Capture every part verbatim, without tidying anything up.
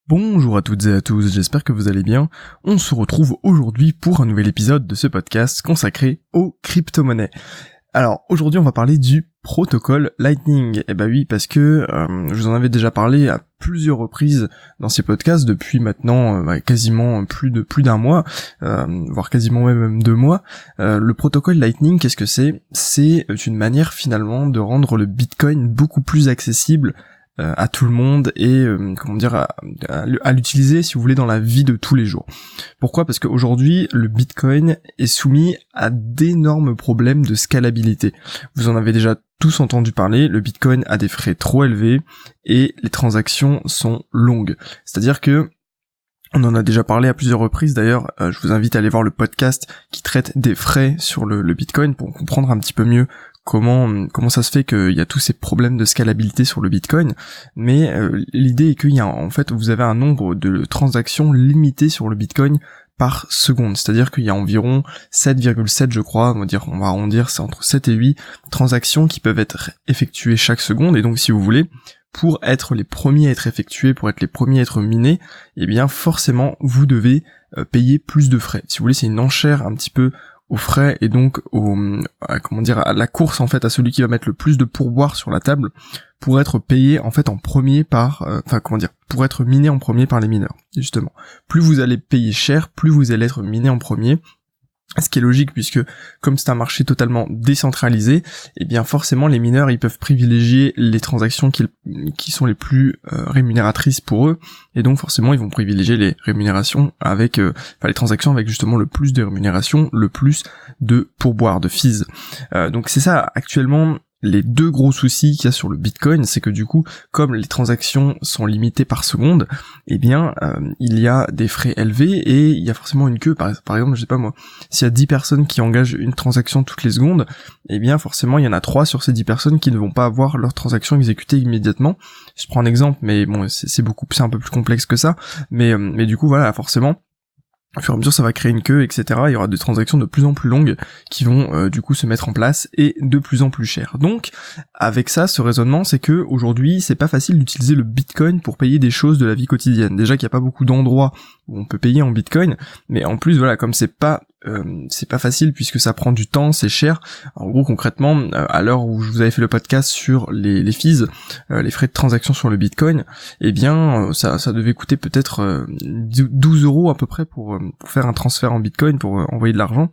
Bonjour à toutes et à tous, j'espère que vous allez bien. On se retrouve aujourd'hui pour un nouvel épisode de ce podcast consacré aux crypto-monnaies. Alors aujourd'hui on va parler du protocole Lightning. Et bah oui, parce que euh, je vous en avais déjà parlé à plusieurs reprises dans ces podcasts depuis maintenant euh, bah, quasiment plus de plus d'un mois, euh, voire quasiment même deux mois. Euh, le protocole Lightning, qu'est-ce que c'est ? C'est une manière finalement de rendre le Bitcoin beaucoup plus accessible Euh, à tout le monde et euh, comment dire à, à, à l'utiliser si vous voulez dans la vie de tous les jours. Pourquoi ? Parce qu'aujourd'hui le Bitcoin est soumis à d'énormes problèmes de scalabilité. Vous en avez déjà tous entendu parler, le Bitcoin a des frais trop élevés et les transactions sont longues. C'est-à-dire que on en a déjà parlé à plusieurs reprises d'ailleurs, euh, je vous invite à aller voir le podcast qui traite des frais sur le, le Bitcoin pour comprendre un petit peu mieux comment comment ça se fait qu'il y a tous ces problèmes de scalabilité sur le Bitcoin, mais euh, l'idée est qu'il y a en fait vous avez un nombre de transactions limité sur le Bitcoin par seconde, c'est-à-dire qu'il y a environ sept virgule sept je crois, on va dire on va arrondir, c'est entre sept et huit transactions qui peuvent être effectuées chaque seconde, et donc si vous voulez, pour être les premiers à être effectués, pour être les premiers à être minés, eh bien forcément vous devez euh, payer plus de frais. Si vous voulez, c'est une enchère un petit peu aux frais et donc au à, comment dire à la course en fait à celui qui va mettre le plus de pourboire sur la table pour être payé en fait en premier par euh, enfin comment dire pour être miné en premier par les mineurs. Justement, plus vous allez payer cher, plus vous allez être miné en premier. Ce qui est logique puisque comme c'est un marché totalement décentralisé, eh bien forcément les mineurs ils peuvent privilégier les transactions qui, qui sont les plus euh, rémunératrices pour eux, et donc forcément ils vont privilégier les rémunérations avec, euh, enfin les transactions avec justement le plus de rémunération, le plus de pourboire, de fees. Euh, donc c'est ça actuellement. Les deux gros soucis qu'il y a sur le Bitcoin, c'est que du coup, comme les transactions sont limitées par seconde, eh bien, euh, il y a des frais élevés et il y a forcément une queue. Par, par exemple, je sais pas moi, s'il y a dix personnes qui engagent une transaction toutes les secondes, eh bien, forcément, il y en a trois sur ces dix personnes qui ne vont pas avoir leur transaction exécutée immédiatement. Je prends un exemple, mais bon, c'est, c'est beaucoup, c'est un peu plus complexe que ça. Mais, euh, mais du coup, voilà, forcément, au fur et à mesure ça va créer une queue, et cetera. Il y aura des transactions de plus en plus longues qui vont euh, du coup se mettre en place et de plus en plus chères. Donc avec ça, ce raisonnement, c'est que aujourd'hui c'est pas facile d'utiliser le Bitcoin pour payer des choses de la vie quotidienne. Déjà qu'il n'y a pas beaucoup d'endroits où on peut payer en Bitcoin, mais en plus voilà, comme c'est pas euh, c'est pas facile puisque ça prend du temps, c'est cher. En gros concrètement, euh, à l'heure où je vous avais fait le podcast sur les, les fees, euh, les frais de transaction sur le Bitcoin, eh bien euh, ça, ça devait coûter peut-être euh, douze euros à peu près pour, euh, pour faire un transfert en Bitcoin, pour euh, envoyer de l'argent.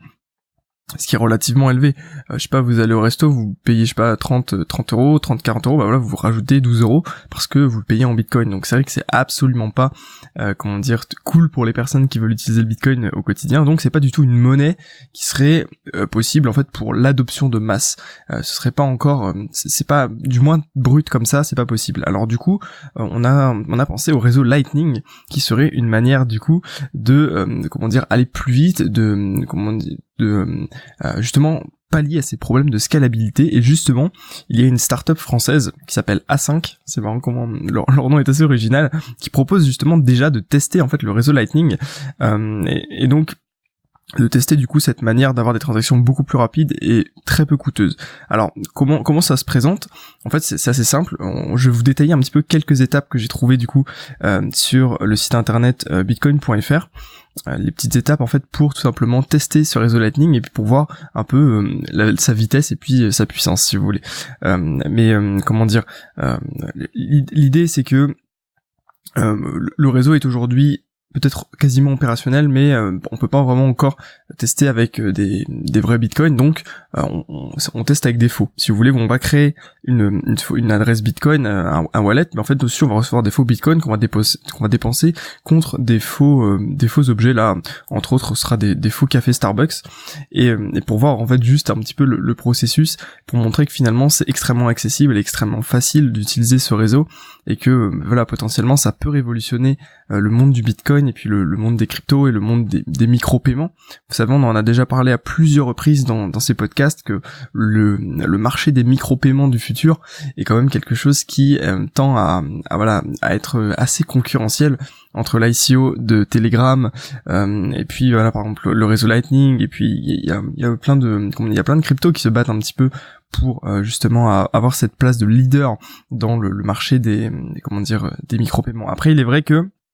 Ce qui est relativement élevé. Euh, je sais pas, vous allez au resto, vous payez, je sais pas, trente, trente euros, trente, quarante euros, bah voilà, vous rajoutez douze euros parce que vous le payez en Bitcoin. Donc c'est vrai que c'est absolument pas, euh, comment dire, cool pour les personnes qui veulent utiliser le Bitcoin au quotidien. Donc c'est pas du tout une monnaie qui serait euh, possible, en fait, pour l'adoption de masse. Euh, ce serait pas encore, euh, c'est, c'est pas, du moins brut comme ça, c'est pas possible. Alors du coup, euh, on a, on a pensé au réseau Lightning, qui serait une manière, du coup, de, euh, comment dire, aller plus vite, de, comment dire, de euh, justement pallier à ces problèmes de scalabilité. Et justement il y a une start-up française qui s'appelle A cinq, c'est marrant comment leur, leur nom est assez original, qui propose justement déjà de tester en fait le réseau Lightning euh, et, et donc de tester du coup cette manière d'avoir des transactions beaucoup plus rapides et très peu coûteuses. Alors comment comment ça se présente ? En fait c'est, c'est assez simple. On, je vais vous détailler un petit peu quelques étapes que j'ai trouvées du coup euh, sur le site internet euh, bitcoin point f r. Euh, les petites étapes en fait pour tout simplement tester ce réseau Lightning et puis pour voir un peu euh, la, sa vitesse et puis euh, sa puissance si vous voulez. Euh, mais euh, comment dire euh, l'idée c'est que euh, le réseau est aujourd'hui peut-être quasiment opérationnel, mais euh, on peut pas vraiment encore tester avec euh, des, des vrais bitcoins, donc euh, on, on teste avec des faux. Si vous voulez, on va créer une, une, une adresse bitcoin, un, un wallet, mais en fait dessus on va recevoir des faux bitcoins qu'on va déposer, qu'on va dépenser contre des faux euh, des faux objets. Là, entre autres, ce sera des, des faux cafés Starbucks, et, et pour voir en fait juste un petit peu le, le processus, pour montrer que finalement c'est extrêmement accessible et extrêmement facile d'utiliser ce réseau, et que voilà, potentiellement ça peut révolutionner euh, le monde du bitcoin et puis le, le monde des cryptos et le monde des, des micro-paiements. Vous savez, on en a déjà parlé à plusieurs reprises dans, dans ces podcasts que le, le marché des micro-paiements du futur est quand même quelque chose qui euh, tend à, à voilà à être assez concurrentiel entre l'I C O de Telegram euh, et puis voilà par exemple le réseau Lightning, et puis il y a, il y a plein de il y a plein de cryptos qui se battent un petit peu pour euh, justement à, avoir cette place de leader dans le, le marché des, des comment dire des micro-paiements. Après il est vrai que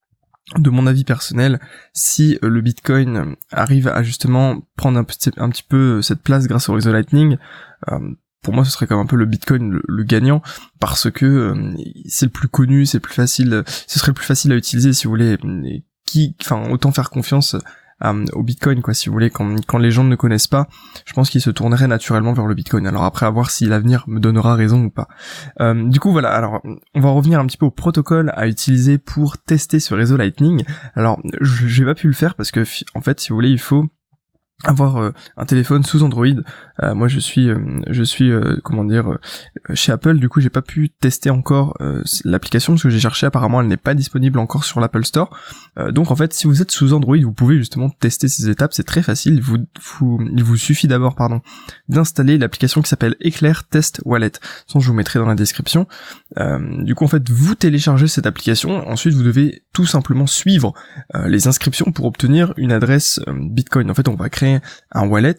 de mon avis personnel, si euh, le Bitcoin arrive à justement prendre un petit, un petit peu cette place grâce au réseau Lightning, euh, pour moi ce serait comme un peu le Bitcoin le, le gagnant, parce que euh, c'est le plus connu, c'est le plus facile, ce serait le plus facile à utiliser si vous voulez, et qui, enfin autant faire confiance euh, au Bitcoin quoi, si vous voulez, quand, quand les gens ne connaissent pas, je pense qu'ils se tourneraient naturellement vers le Bitcoin. Alors après, à voir si l'avenir me donnera raison ou pas. Euh, du coup voilà, alors on va revenir un petit peu au protocole à utiliser pour tester ce réseau Lightning. Alors je j'ai pas pu le faire parce que en fait si vous voulez il faut avoir euh, un téléphone sous Android. Euh, moi je suis euh, je suis euh, comment dire euh, chez Apple, du coup j'ai pas pu tester encore euh, l'application parce que j'ai cherché, apparemment elle n'est pas disponible encore sur l'Apple Store. Euh, donc en fait si vous êtes sous Android, vous pouvez justement tester ces étapes, c'est très facile. Il vous, vous il vous suffit d'abord pardon d'installer l'application qui s'appelle Eclair Test Wallet. Sinon je vous mettrai dans la description. Euh, du coup en fait vous téléchargez cette application, ensuite vous devez tout simplement suivre euh, les inscriptions pour obtenir une adresse euh, Bitcoin. En fait on va créer un wallet.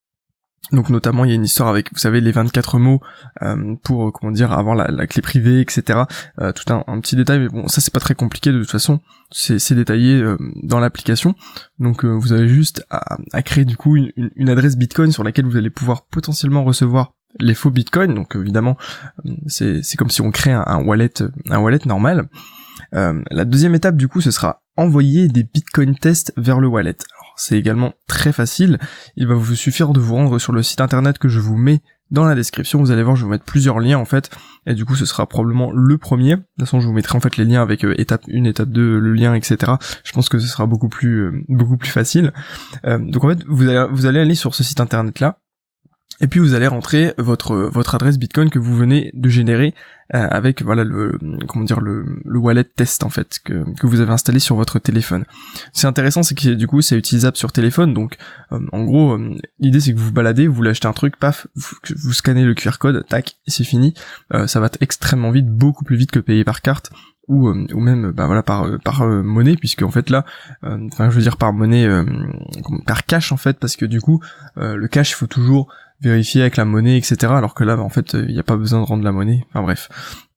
Donc notamment il y a une histoire avec, vous savez, les vingt-quatre mots euh, pour, comment dire, avoir la, la clé privée, et cetera. Euh, tout un, un petit détail, mais bon, ça c'est pas très compliqué de toute façon, c'est, c'est détaillé euh, dans l'application. Donc euh, vous avez juste à, à créer du coup une, une adresse Bitcoin sur laquelle vous allez pouvoir potentiellement recevoir les faux Bitcoin. Donc évidemment, c'est, c'est comme si on crée un, un wallet, un wallet normal. Euh, la deuxième étape du coup, ce sera envoyer des Bitcoin tests vers le wallet. Alors, c'est également très facile, il va vous suffire de vous rendre sur le site internet que je vous mets dans la description. Vous allez voir, je vais vous mettre plusieurs liens en fait, et du coup ce sera probablement le premier. De toute façon je vous mettrai en fait les liens avec euh, étape un, étape deux, le lien, et cetera. Je pense que ce sera beaucoup plus euh, beaucoup plus facile. Euh, donc en fait vous allez, vous allez aller sur ce site internet là, et puis vous allez rentrer votre votre adresse Bitcoin que vous venez de générer euh, avec voilà le comment dire le, le wallet test en fait que que vous avez installé sur votre téléphone. C'est intéressant, c'est que du coup c'est utilisable sur téléphone, donc euh, en gros euh, l'idée c'est que vous vous baladez, vous voulez acheter un truc, paf, vous, vous scannez le Q R code, tac, et c'est fini. Euh, ça va extrêmement vite, beaucoup plus vite que payer par carte ou euh, ou même bah voilà par euh, par euh, monnaie, puisque en fait là enfin euh, je veux dire par monnaie euh, par cash en fait, parce que du coup euh, le cash il faut toujours vérifier avec la monnaie, et cetera. Alors que là, bah, en fait, il n'y a pas besoin de rendre la monnaie. Enfin bref.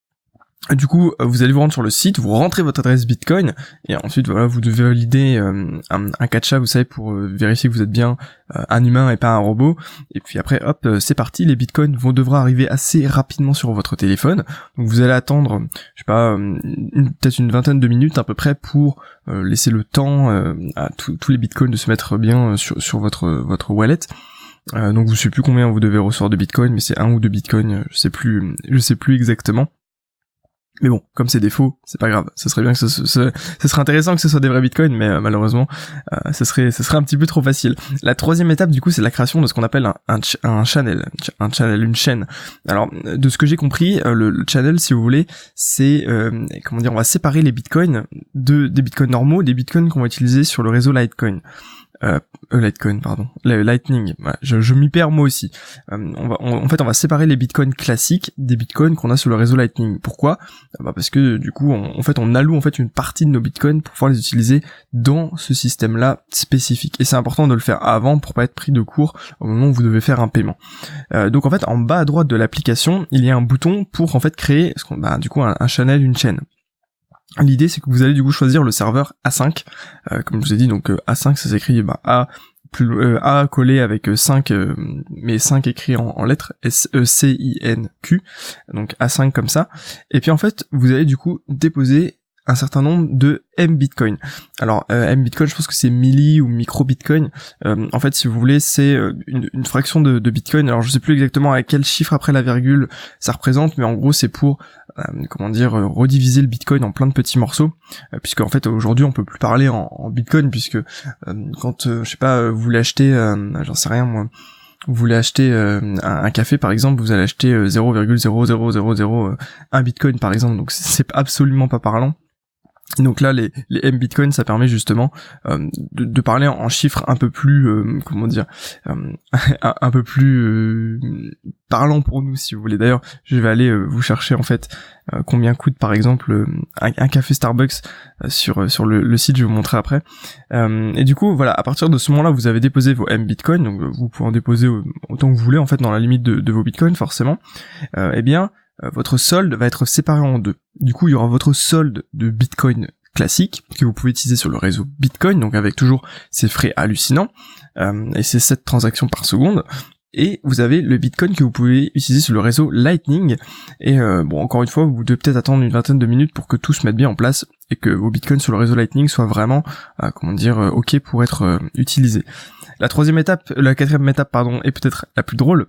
Du coup, vous allez vous rendre sur le site, vous rentrez votre adresse Bitcoin, et ensuite, voilà, vous devez valider euh, un, un captcha, vous savez, pour euh, vérifier que vous êtes bien euh, un humain et pas un robot. Et puis après, hop, euh, c'est parti. Les Bitcoins vont devoir arriver assez rapidement sur votre téléphone. Donc vous allez attendre, je sais pas, euh, une, peut-être une vingtaine de minutes à peu près pour euh, laisser le temps euh, à tous les Bitcoins de se mettre bien sur, sur votre votre wallet. Euh, donc je sais plus combien vous devez recevoir de Bitcoin, mais c'est un ou deux Bitcoins, je sais plus, je sais plus exactement. Mais bon, comme c'est des faux, c'est pas grave. Ce serait bien que ce, ce, ce, ce serait intéressant que ce soit des vrais Bitcoins, mais euh, malheureusement, euh, ce serait, ce serait un petit peu trop facile. La troisième étape, du coup, c'est la création de ce qu'on appelle un, un, ch- un channel, un channel, une chaîne. Alors, de ce que j'ai compris, euh, le, le channel, si vous voulez, c'est, euh, comment dire, on va séparer les Bitcoins de des Bitcoins normaux, des Bitcoins qu'on va utiliser sur le réseau Litecoin. Euh, euh, Litecoin, pardon, le Lightning. Voilà, je, je m'y perds moi aussi. Euh, on va, on, en fait, on va séparer les bitcoins classiques des bitcoins qu'on a sur le réseau Lightning. Pourquoi ? Bah parce que du coup, on, en fait, on alloue en fait une partie de nos bitcoins pour pouvoir les utiliser dans ce système-là spécifique. Et c'est important de le faire avant pour pas être pris de court au moment où vous devez faire un paiement. Euh, donc en fait, en bas à droite de l'application, il y a un bouton pour en fait créer, ce qu'on, bah, du coup, un, un channel, une chaîne. L'idée c'est que vous allez du coup choisir le serveur A cinq, euh, comme je vous ai dit, donc euh, A cinq ça s'écrit bah, A plus euh, A collé avec cinq, euh, mais cinq écrits en, en lettres, S E C I N Q, donc A cinq comme ça, et puis en fait vous allez du coup déposer un certain nombre de M Bitcoin. Alors euh, M Bitcoin, je pense que c'est milli ou micro Bitcoin. Euh, en fait, si vous voulez, c'est une, une fraction de, de Bitcoin. Alors je sais plus exactement à quel chiffre après la virgule ça représente, mais en gros c'est pour euh, comment dire euh, rediviser le Bitcoin en plein de petits morceaux, euh, puisque en fait aujourd'hui on peut plus parler en, en Bitcoin, puisque euh, quand euh, je sais pas, vous voulez acheter, euh, j'en sais rien moi. Vous voulez acheter euh, un, un café par exemple, vous allez acheter euh, zéro virgule zéro zéro zéro zéro un Bitcoin par exemple, donc c'est, c'est absolument pas parlant. Et donc là, les, les M Bitcoin, ça permet justement euh, de, de parler en chiffres un peu plus, euh, comment dire, euh, un, un peu plus euh, parlant pour nous, si vous voulez. D'ailleurs, je vais aller euh, vous chercher en fait euh, combien coûte par exemple euh, un, un café Starbucks euh, sur sur le, le site. Je vais vous montrer après. Euh, et du coup, voilà, à partir de ce moment-là, vous avez déposé vos M Bitcoin, donc vous pouvez en déposer autant que vous voulez en fait dans la limite de, de vos Bitcoins forcément. Euh, eh bien votre solde va être séparé en deux. Du coup, il y aura votre solde de Bitcoin classique que vous pouvez utiliser sur le réseau Bitcoin, donc avec toujours ces frais hallucinants, euh, et ces sept transactions par seconde. Et vous avez le Bitcoin que vous pouvez utiliser sur le réseau Lightning. Et euh, bon, encore une fois, vous devez peut-être attendre une vingtaine de minutes pour que tout se mette bien en place et que vos Bitcoins sur le réseau Lightning soient vraiment, euh, comment dire, euh, ok pour être euh, utilisés. La troisième étape, la quatrième étape, pardon, est peut-être la plus drôle.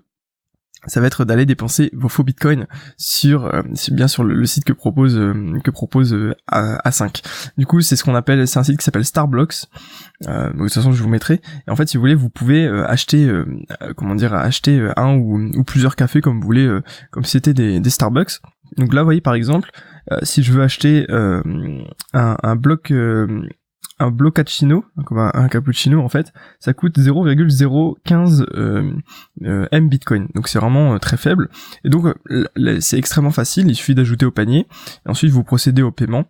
Ça va être d'aller dépenser vos faux bitcoins sur, euh, bien sur le, le site que propose euh, que propose euh, A cinq. Du coup, c'est ce qu'on appelle, c'est un site qui s'appelle Starblocks. Euh, donc, de toute façon, je vous mettrai. Et en fait, si vous voulez, vous pouvez euh, acheter, euh, comment dire, acheter euh, un ou, ou plusieurs cafés comme vous voulez, euh, comme si c'était des, des Starbucks. Donc là, vous voyez, par exemple, euh, si je veux acheter euh, un, un bloc euh, un bloccacino, comme un, un cappuccino en fait, ça coûte zéro virgule zéro quinze euh, euh, M Bitcoin, donc c'est vraiment euh, très faible, et donc euh, c'est extrêmement facile, il suffit d'ajouter au panier, et ensuite vous procédez au paiement,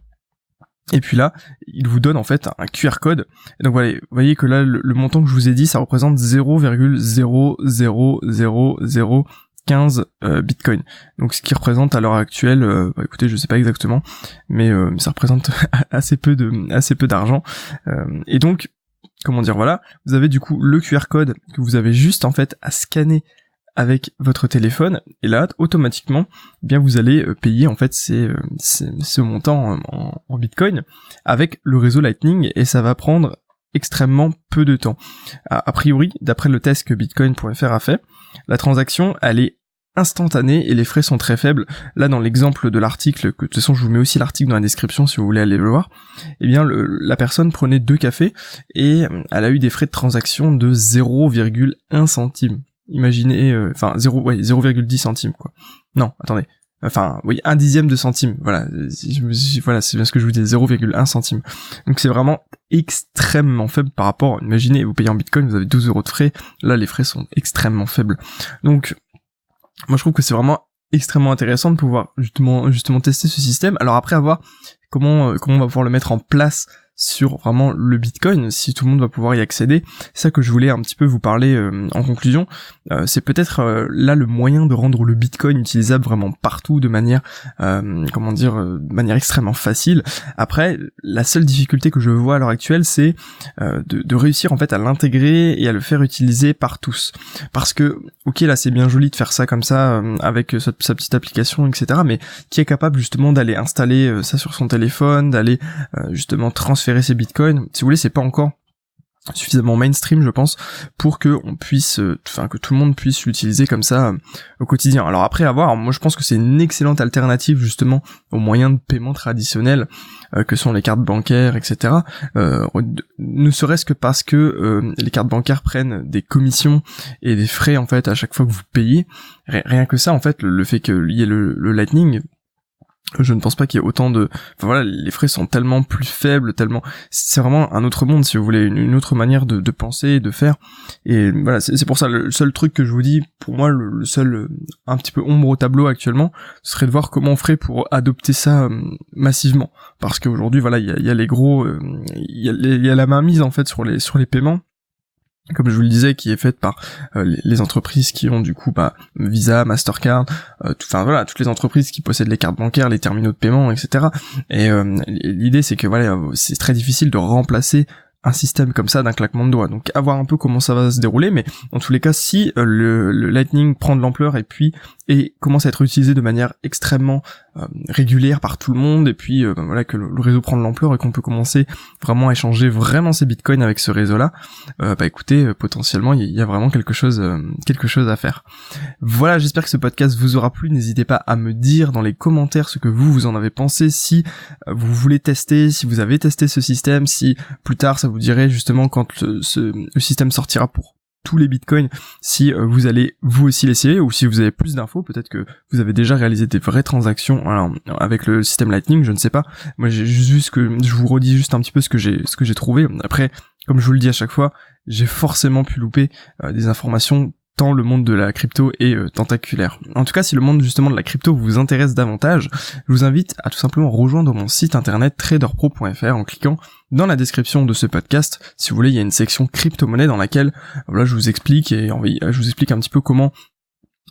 et puis là, il vous donne en fait un Q R code, et donc voilà, vous voyez que là, le, le montant que je vous ai dit, ça représente zéro virgule zéro zéro zéro zéro quinze euh, bitcoin. Donc ce qui représente à l'heure actuelle, euh, bah, écoutez, je sais pas exactement, mais euh, ça représente assez peu de assez peu d'argent. Euh, et donc, comment dire, voilà, vous avez du coup le Q R code que vous avez juste en fait à scanner avec votre téléphone, et là automatiquement, eh bien vous allez euh, payer en fait ces, euh, ces, ce montant en, en bitcoin avec le réseau Lightning, et ça va prendre extrêmement peu de temps. A, a priori, d'après le test que bitcoin point F R a fait, la transaction, elle est instantanée et les frais sont très faibles. Là, dans l'exemple de l'article, que de toute façon je vous mets aussi l'article dans la description si vous voulez aller le voir, eh bien le, la personne prenait deux cafés et elle a eu des frais de transaction de zéro virgule un centime. Imaginez, euh, enfin zéro, ouais, zéro virgule dix centimes quoi. Non, attendez. Enfin, oui, un dixième de centime, voilà, je me suis, voilà, c'est bien ce que je vous dis, zéro virgule un centime. Donc c'est vraiment extrêmement faible par rapport, imaginez, vous payez en bitcoin, vous avez douze euros de frais, là les frais sont extrêmement faibles. Donc, moi je trouve que c'est vraiment extrêmement intéressant de pouvoir justement, justement tester ce système. Alors après, avoir comment, comment on va pouvoir le mettre en place sur vraiment le Bitcoin, si tout le monde va pouvoir y accéder. C'est ça que je voulais un petit peu vous parler euh, en conclusion. Euh, c'est peut-être euh, là le moyen de rendre le Bitcoin utilisable vraiment partout de manière, euh, comment dire, euh, de manière extrêmement facile. Après, la seule difficulté que je vois à l'heure actuelle, c'est euh, de, de réussir en fait à l'intégrer et à le faire utiliser par tous. Parce que, ok, là c'est bien joli de faire ça comme ça euh, avec sa, sa petite application, et cetera. Mais qui est capable justement d'aller installer euh, ça sur son téléphone, d'aller euh, justement transférer ces bitcoins, si vous voulez, c'est pas encore suffisamment mainstream, je pense, pour que on puisse, enfin euh, que tout le monde puisse l'utiliser comme ça euh, au quotidien. Alors après avoir, moi je pense que c'est une excellente alternative justement aux moyens de paiement traditionnels euh, que sont les cartes bancaires, et cetera. Euh, ne serait-ce que parce que euh, les cartes bancaires prennent des commissions et des frais en fait à chaque fois que vous payez. Rien que ça en fait, le, le fait qu'il y ait le, le Lightning, je ne pense pas qu'il y ait autant de... Enfin voilà, les frais sont tellement plus faibles, tellement... C'est vraiment un autre monde, si vous voulez, une, une autre manière de, de penser et de faire. Et voilà, c'est, c'est pour ça, le seul truc que je vous dis, pour moi, le, le seul euh, un petit peu ombre au tableau actuellement, ce serait de voir comment on ferait pour adopter ça euh, massivement. Parce qu'aujourd'hui, voilà, il y a, y a les gros... Il euh, y, y a la mainmise, en fait, sur les, sur les paiements, comme je vous le disais, qui est faite par euh, les, les entreprises qui ont du coup bah, Visa, Mastercard, euh, enfin voilà, toutes les entreprises qui possèdent les cartes bancaires, les terminaux de paiement, et cetera. Et euh, l'idée c'est que voilà, c'est très difficile de remplacer un système comme ça d'un claquement de doigts. Donc à voir un peu comment ça va se dérouler, mais en tous les cas, si euh, le, le Lightning prend de l'ampleur et puis et commence à être utilisé de manière extrêmement euh, régulière par tout le monde, et puis euh, ben voilà, que le, le réseau prend de l'ampleur et qu'on peut commencer vraiment à échanger vraiment ses bitcoins avec ce réseau-là, euh, bah écoutez, euh, potentiellement il y, y a vraiment quelque chose, euh, quelque chose à faire. Voilà, j'espère que ce podcast vous aura plu. N'hésitez pas à me dire dans les commentaires ce que vous vous en avez pensé, si euh, vous voulez tester, si vous avez testé ce système, si plus tard ça vous dirait justement quand le, ce, le système sortira pour tous les bitcoins, si euh, vous allez vous aussi l'essayer, ou si vous avez plus d'infos, peut-être que vous avez déjà réalisé des vraies transactions alors, avec le système Lightning, je ne sais pas. Moi j'ai juste vu ce que, je vous redis juste un petit peu ce que j'ai ce que j'ai trouvé. Après, comme je vous le dis à chaque fois, j'ai forcément pu louper euh, des informations, tant le monde de la crypto est euh, tentaculaire. En tout cas, si le monde justement de la crypto vous intéresse davantage, je vous invite à tout simplement rejoindre mon site internet trader pro point f r en cliquant dans la description de ce podcast. Si vous voulez, il y a une section crypto-monnaie dans laquelle voilà, je vous explique et je vous explique un petit peu comment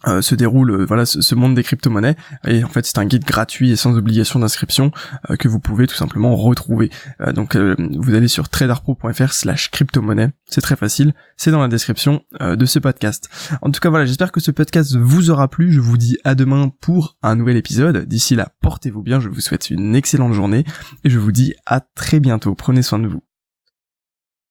Euh, se déroule euh, voilà ce, ce monde des crypto-monnaies, et en fait c'est un guide gratuit et sans obligation d'inscription euh, que vous pouvez tout simplement retrouver. Euh, donc euh, vous allez sur traderpro point f r slash crypto-monnaie, c'est très facile, c'est dans la description euh, de ce podcast. En tout cas voilà, j'espère que ce podcast vous aura plu, je vous dis à demain pour un nouvel épisode. D'ici là, portez-vous bien, je vous souhaite une excellente journée et je vous dis à très bientôt, prenez soin de vous.